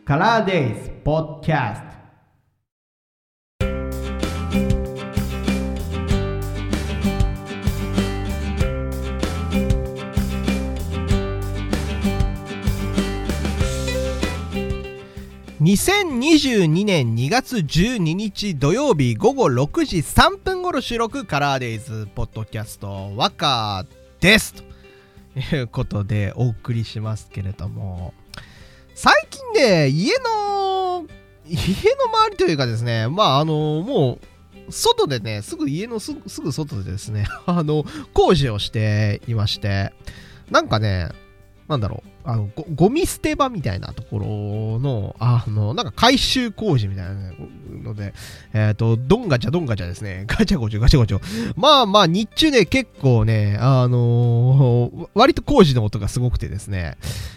カラーデイズポッドキャスト。2022年2月12日土曜日午後6時3分頃収録、カラーデイズポッドキャストワカですということでお送りしますけれども、最近ね家の周りというかですね、もう外でね、家のすぐ外でですね工事をしていまして、なんかね、なんだろう、ゴミ捨て場みたいなところの、なんか回収工事みたいなので、どんガチャですね。ガチャゴチャ。まあ、日中ね、結構ね、割と工事の音がすごくてですね、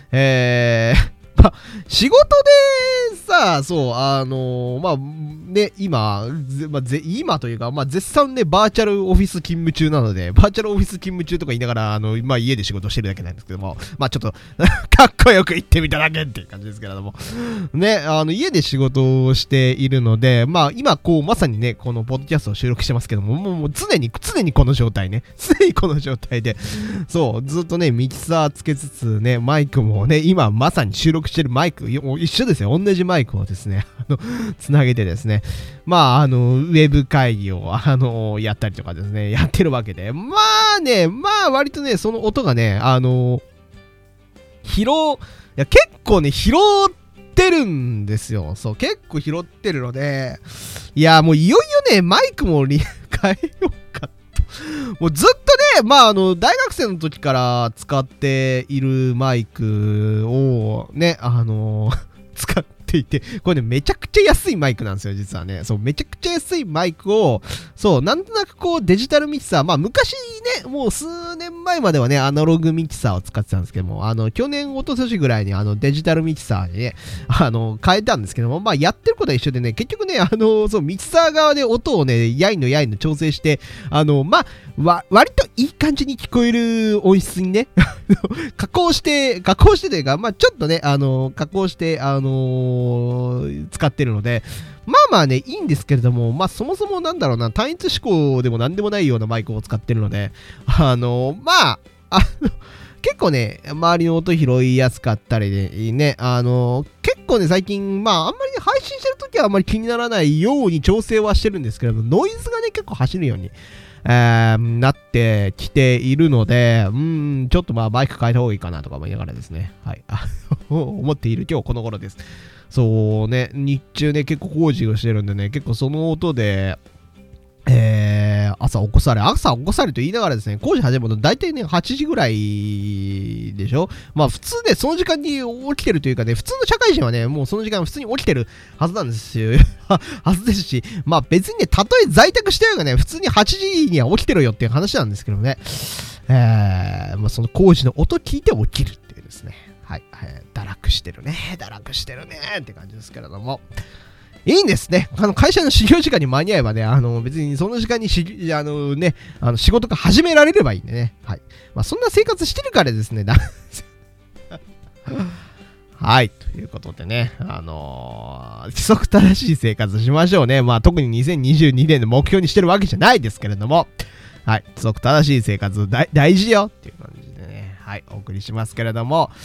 仕事でさ、そうね、今というか、絶賛ねバーチャルオフィス勤務中なので、バーチャルオフィス勤務中とか言いながら家で仕事してるだけなんですけども、ちょっとかっこよく言ってみただけっていう感じですけれどもね、家で仕事をしているので、今まさにねこのポッドキャストを収録してますけども、もう常にこの状態ね、常にこの状態で、そうずっとねミキサーつけつつね、マイクもね今まさに収録してるマイク一緒ですよ。同じマイクをですねつなげてですね、ウェブ会議をやったりとかですね、やってるわけで、割とねその音がね結構ね拾ってるんですよ。そう結構拾ってるので、いやもういよいよねマイクも変えようかと。もうずっとね大学生の時から使っているマイクをね使っていて、これねめちゃくちゃ安いマイクなんですよ実はね。そうめちゃくちゃ安いマイクを、そうなんとなくデジタルミキサー、昔ねもう数年前まではねアナログミキサーを使ってたんですけども、去年一昨年ぐらいにデジタルミキサーにね変えたんですけども、やってることは一緒でね、結局ねそうミキサー側で音をねやいの調整して、割といい感じに聞こえる音質にね加工してというか、ちょっとね加工して使ってるので、ねいいんですけれども、そもそもなんだろうな、単一指向でもなんでもないようなマイクを使ってるので、結構ね周りの音拾いやすかったりでね、結構ね最近あんまり、ね、配信してるときはあんまり気にならないように調整はしてるんですけれども、ノイズがね結構走るようになってきているので、ちょっとマイク変えた方がいいかなとか思いながらですね、はい思っている今日この頃です。そうね、日中ね結構工事をしてるんでね、結構その音で朝起こされと言いながらですね、工事始めるの大体ね8時ぐらいでしょ。普通ねその時間に起きてるというかね、普通の社会人はねもうその時間普通に起きてるはずなんですよはずですし、別にねたとえ在宅してようがね普通に8時には起きてるよっていう話なんですけどね、その工事の音聞いて起きるっていうですね、堕落してるねって感じですけれども、いいんですね。会社の始業時間に間に合えばね、別にその時間に仕事が始められればいいんでね。はい。そんな生活してるからですね。はい。ということでね、規則正しい生活しましょうね。特に2022年の目標にしてるわけじゃないですけれども、はい。規則正しい生活大事よっていう感じでね、はい。お送りしますけれども、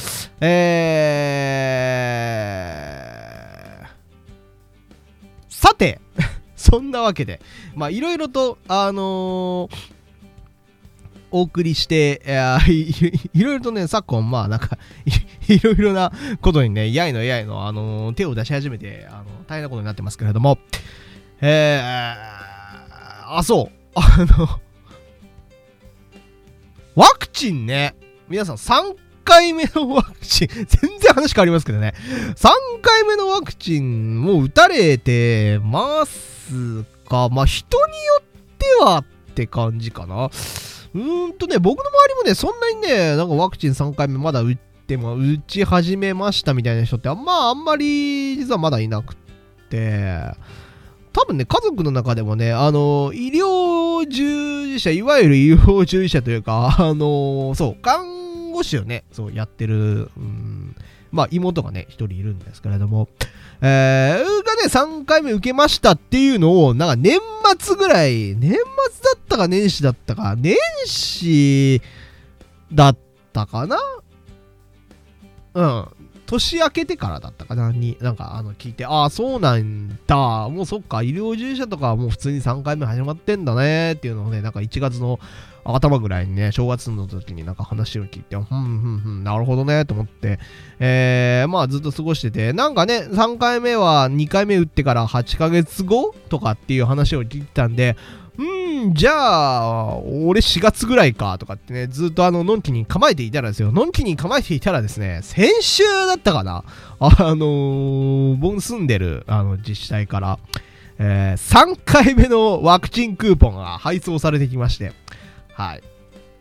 さてそんなわけでいろいろとお送りしていろいろとね昨今なんかいろいろなことにねやいの手を出し始めて大変なことになってますけれども、そうワクチンね、皆さん3回目のワクチン、全然話変わりますけどね、3回目のワクチンもう打たれてますか。人によってはって感じかな。僕の周りもねそんなにねなんかワクチン3回目まだ打ち始めましたみたいな人ってあんまり実はまだいなくて、多分ね家族の中でもね医療従事者、いわゆる医療従事者というかそう看護師をねそうやってる、 まあ妹がね、一人いるんですけれども、がね、3回目受けましたっていうのを、なんか年末ぐらい、年末だったか年始だったか、年始だったかな、うん。年明けてからだったかなに、なんか聞いて、ああ、そうなんだ。もうそっか、医療従事者とかはもう普通に3回目始まってんだねっていうのをね、なんか1月の頭ぐらいにね、正月の時になんか話を聞いて、なるほどね、と思って、まあずっと過ごしてて、なんかね、3回目は2回目打ってから8ヶ月後とかっていう話を聞いてたんで、じゃあ、俺4月ぐらいかとかってね、ずっとのんきに構えていたらですね、先週だったかな、僕住んでる自治体から、3回目のワクチンクーポンが配送されてきまして、はい。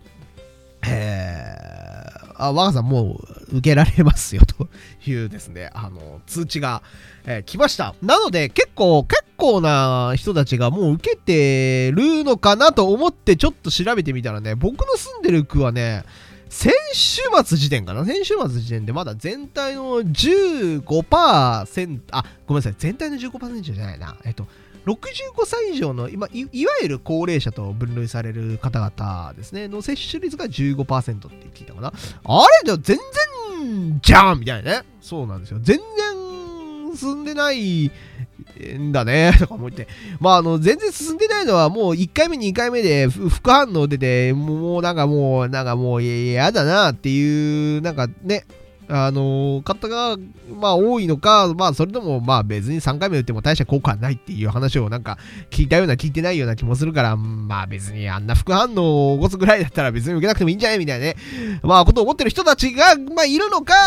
若さんもう受けられますよというですね、通知が、来ました。なので結構な人たちがもう受けてるのかなと思ってちょっと調べてみたらね、僕の住んでる区はね、先週末時点でまだ全体の 15%、ごめんなさい、全体の 15% じゃないな。65歳以上のいわゆる高齢者と分類される方々ですねの接種率が 15% って聞いたかな。あれじゃ全然じゃんみたいなね。そうなんですよ。全然進んでないんだねとか思って、まあ全然進んでないのはもう1回目2回目で副反応出て、もう嫌だなっていうなんかね、方が、まあ多いのか、まあそれともまあ別に3回目打っても大した効果はないっていう話をなんか聞いたような聞いてないような気もするから、まあ別にあんな副反応を起こすぐらいだったら別に受けなくてもいいんじゃないみたいなね、まあことを思ってる人たちが、まあいるのか、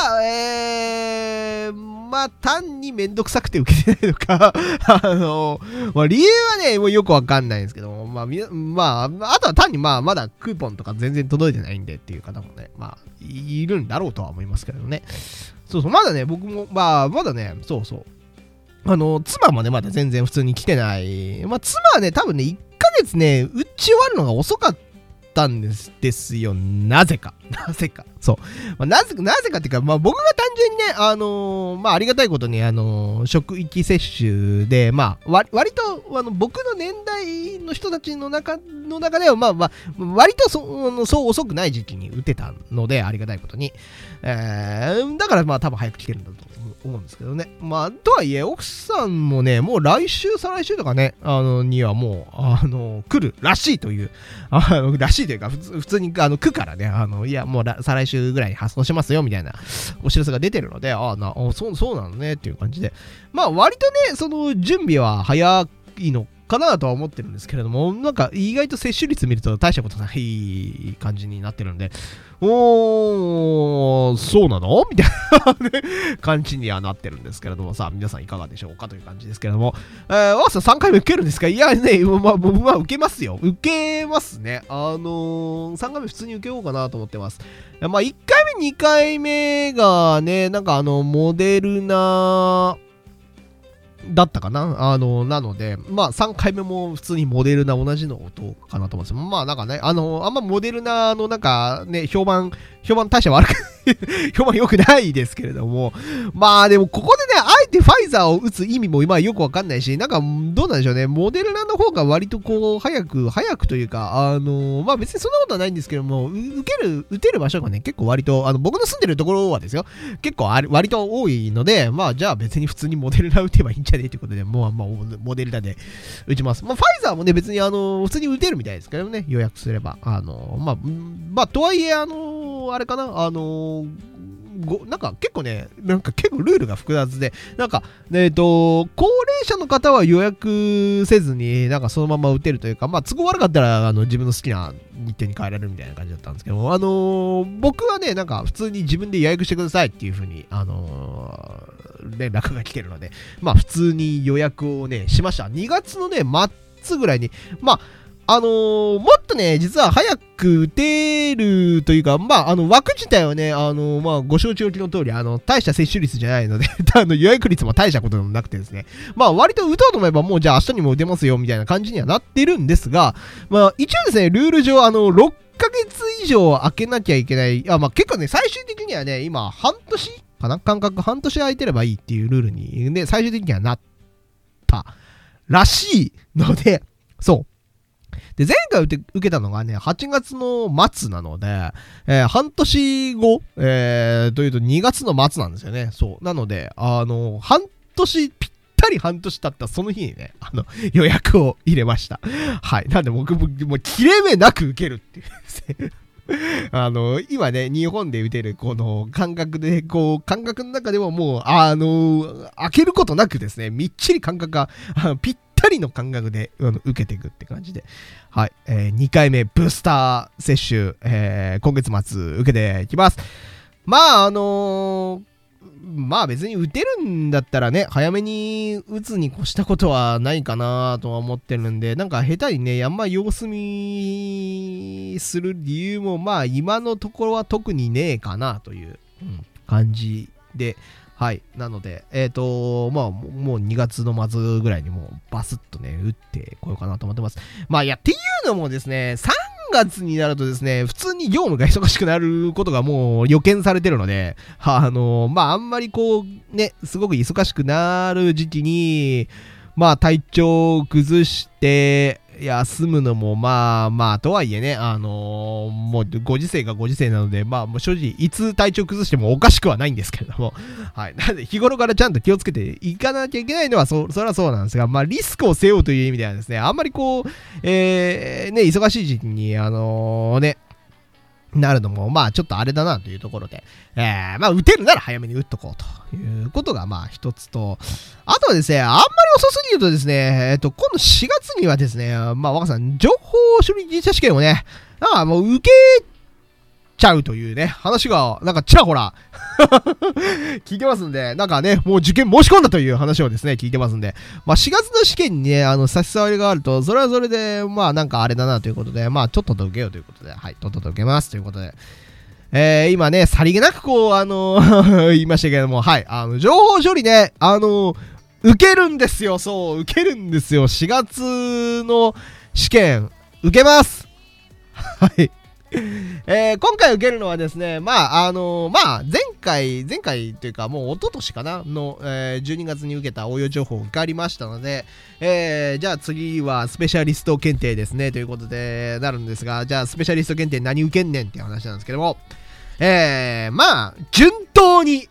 まあ単にめんどくさくて受けてないのか、まあ理由はね、もうよくわかんないんですけど、まあ、あとは単にまあまだクーポンとか全然届いてないんでっていう方もね、まあいるんだろうとは思いますけどね。そうそう、まだね、僕も、まだね、そうそう。妻もね、まだ全然普通に来てない。まあ、妻はね、多分ね、1ヶ月ね、打ち終わるのが遅かったんですよ。なぜか。そう。まあ、なぜかっていうか、まあ、僕が単純にね、まあ、ありがたいことに、職域接種で、まあ、割と、僕の年代の人たちの中では、まあ、割とそう遅くない時期に打てたので、ありがたいことに。だから、まあ、多分早く来てるんだと思うんですけどね。まあ、とはいえ、奥さんもね、もう来週、再来週とかね、にはもう、来るらしいという、らしいというか、普通に、区からね、いや、もう再来週ぐらいに発送しますよ、みたいなお知らせが出てるので、そうなのね、っていう感じで。まあ、割とね、その準備は早いのかなとは思ってるんですけれども、なんか意外と接種率見ると大したことない感じになってるんで、そうなのみたいな、ね、感じにはなってるんですけれども、さあ皆さんいかがでしょうかという感じですけれども、わさ3回目受けるんですか？いやね、まあ受けますよ。受けますね。3回目普通に受けようかなと思ってます。まあ1回目2回目がね、なんかモデルナだったかななので、まあ3回目も普通にモデルナ同じの音かなと思うんですよ。まあなんかね、あんまモデルナのなんかね、評判大して悪く評判良くないですけれども、まあでもここでね、あえてファイザーを打つ意味も今よくわかんないし、なんかどうなんでしょうね、モデルナの方が割とこう早くというか、まあ別にそんなことはないんですけども、打てる場所がね、結構割と、僕の住んでるところはですよ、結構割と多いので、まあじゃあ別に普通にモデルナ打てばいいんじゃねえということで、もうモデルナで打ちます。まあファイザーもね、別に普通に打てるみたいですけどね、予約すれば。まあとはいえ、あれかな、なんか結構ルールが複雑で、なんか、高齢者の方は予約せずに、なんかそのまま打てるというか、まあ、都合悪かったら、自分の好きな日程に変えられるみたいな感じだったんですけど、僕はね、なんか普通に自分で予約してくださいっていう風に、連絡が来てるので、まあ、普通に予約をね、しました。2月のね、末ぐらいに、まあ、もっとね、実は早く打てるというか、まあ、枠自体はね、まあ、ご承知おきの通り、大した接種率じゃないので予約率も大したことでもなくてですね、まあ、割と打とうと思えば、もうじゃあ明日にも打てますよ、みたいな感じにはなってるんですが、まあ、一応ですね、ルール上、6ヶ月以上空けなきゃいけない。まあ、結構ね、最終的にはね、今、半年かな、間隔半年空いてればいいっていうルールに、ね、最終的にはなったらしいので、そう。で、前回受けたのがね、8月の末なので、半年後、というと2月の末なんですよね。そう。なので、半年、ぴったり半年経ったその日にね、予約を入れました。はい。なんで僕もう切れ目なく受けるっていうですね。今ね、日本で打てるこの感覚で、感覚の中でももう、開けることなくですね、みっちり感覚が、ぴったりの感覚で、受けていくって感じで、はい、2回目ブースター接種、今月末受けていきます。まあ、まあ別に打てるんだったらね、早めに打つに越したことはないかなとは思ってるんで、なんか下手にね、あんま様子見する理由もまあ今のところは特にねえかなという、感じで、はい。なので、まあもう2月の末ぐらいにもうバスッとね、打ってこようかなと思ってます。まあっていうのもですね、3月になるとですね、普通に業務が忙しくなることがもう予見されてるので、まああんまりね、すごく忙しくなる時期に、まあ体調を崩して休むのもまあとはいえね、もうご時世がご時世なので、まあもう正直いつ体調崩してもおかしくはないんですけれども、はい。なので日頃からちゃんと気をつけていかなきゃいけないのはそれはそうなんですが、まあリスクを背負うという意味ではですね、あんまりね、忙しい時期にね、なるのも、まあちょっとあれだなというところで、まあ打てるなら早めに打っとこうということがまあ一つと、あとはですね、あんまり遅すぎるとですね、今度4月にはですね、まあ若さん、情報処理技術者試験をね、もう受けちゃうというね、話が、なんかちらほら聞いてますんで、なんかね、もう受験申し込んだという話をですね、聞いてますんで、まあ4月の試験にね、差し障りがあると、それはそれで、まあなんかあれだなということで、まあちょっと受けようということで、はい、とっとと受けますということで、今ね、さりげなく言いましたけれども、はい、情報処理ね、受けるんですよ、そう、受けるんですよ、4月の試験、受けますはい。今回受けるのはですね、まあ前回というかもう一昨年かなの、12月に受けた応用情報を受かりましたので、じゃあ次はスペシャリスト検定ですねということでなるんですが、じゃあスペシャリスト検定何受けんねんっていう話なんですけども、まあ順当に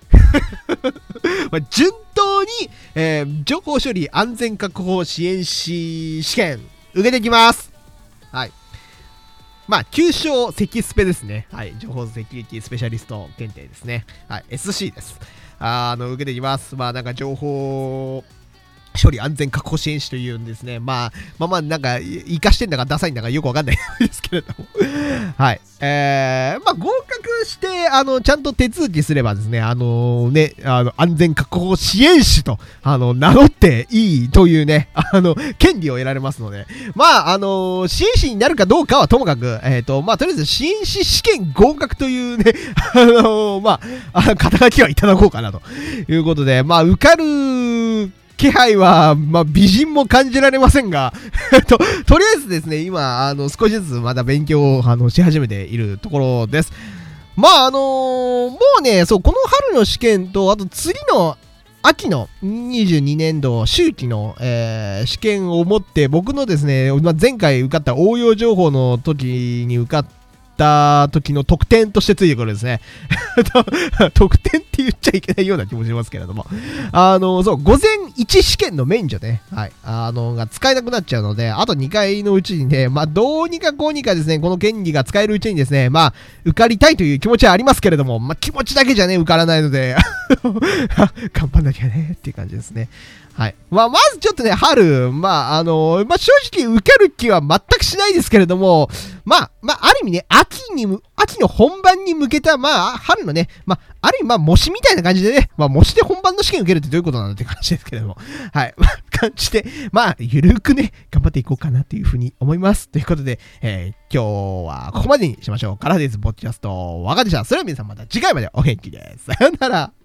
情報処理安全確保支援士試験受けてきます。はい。まあ、旧称、セキスペですね。はい。情報セキュリティスペシャリスト検定ですね。はい。SC です。受けてきます。まあ、なんか情報処理安全確保支援士というんですね。まあ、なんか、活かしてんだかダサいんだかよくわかんないですけれども。はい。まあ、合格して、ちゃんと手続きすればですね、安全確保支援士と、名乗っていいというね、権利を得られますので、まあ、支援士になるかどうかはともかく、まあ、とりあえず支援士試験合格というね、まあ、肩書きはいただこうかなということで、まあ、受かる、気配は、まあ、美人も感じられませんがとりあえずですね、今、少しずつまだ勉強をし始めているところです。まあ、もうね、そう、この春の試験と、あと次の秋の22年度秋季の、試験をもって、僕のですね、まあ、前回受かった応用情報の時に受かった時の得点としてついてくるですね得点って言っちゃいけないような気もしますけれどもそう午前1試験の免除ね、はい、が使えなくなっちゃうので、あと2回のうちにね、まあどうにかこうにかですね、この権利が使えるうちにですね、まあ受かりたいという気持ちはありますけれども、まあ気持ちだけじゃね受からないので頑張んなきゃねっていう感じですね。はい。まずちょっとね、春、正直受ける気は全くしないですけれども、ある意味ね、秋の本番に向けた、春のね、ある意味、模試みたいな感じでね、模試で本番の試験受けるってどういうことなんだって感じですけれども、はい。感じで、ゆるくね、頑張っていこうかなというふうに思います。ということで、今日はここまでにしましょう。カラーデイズポッドキャスト、わかでした。それでは皆さんまた次回までお元気です。さよなら。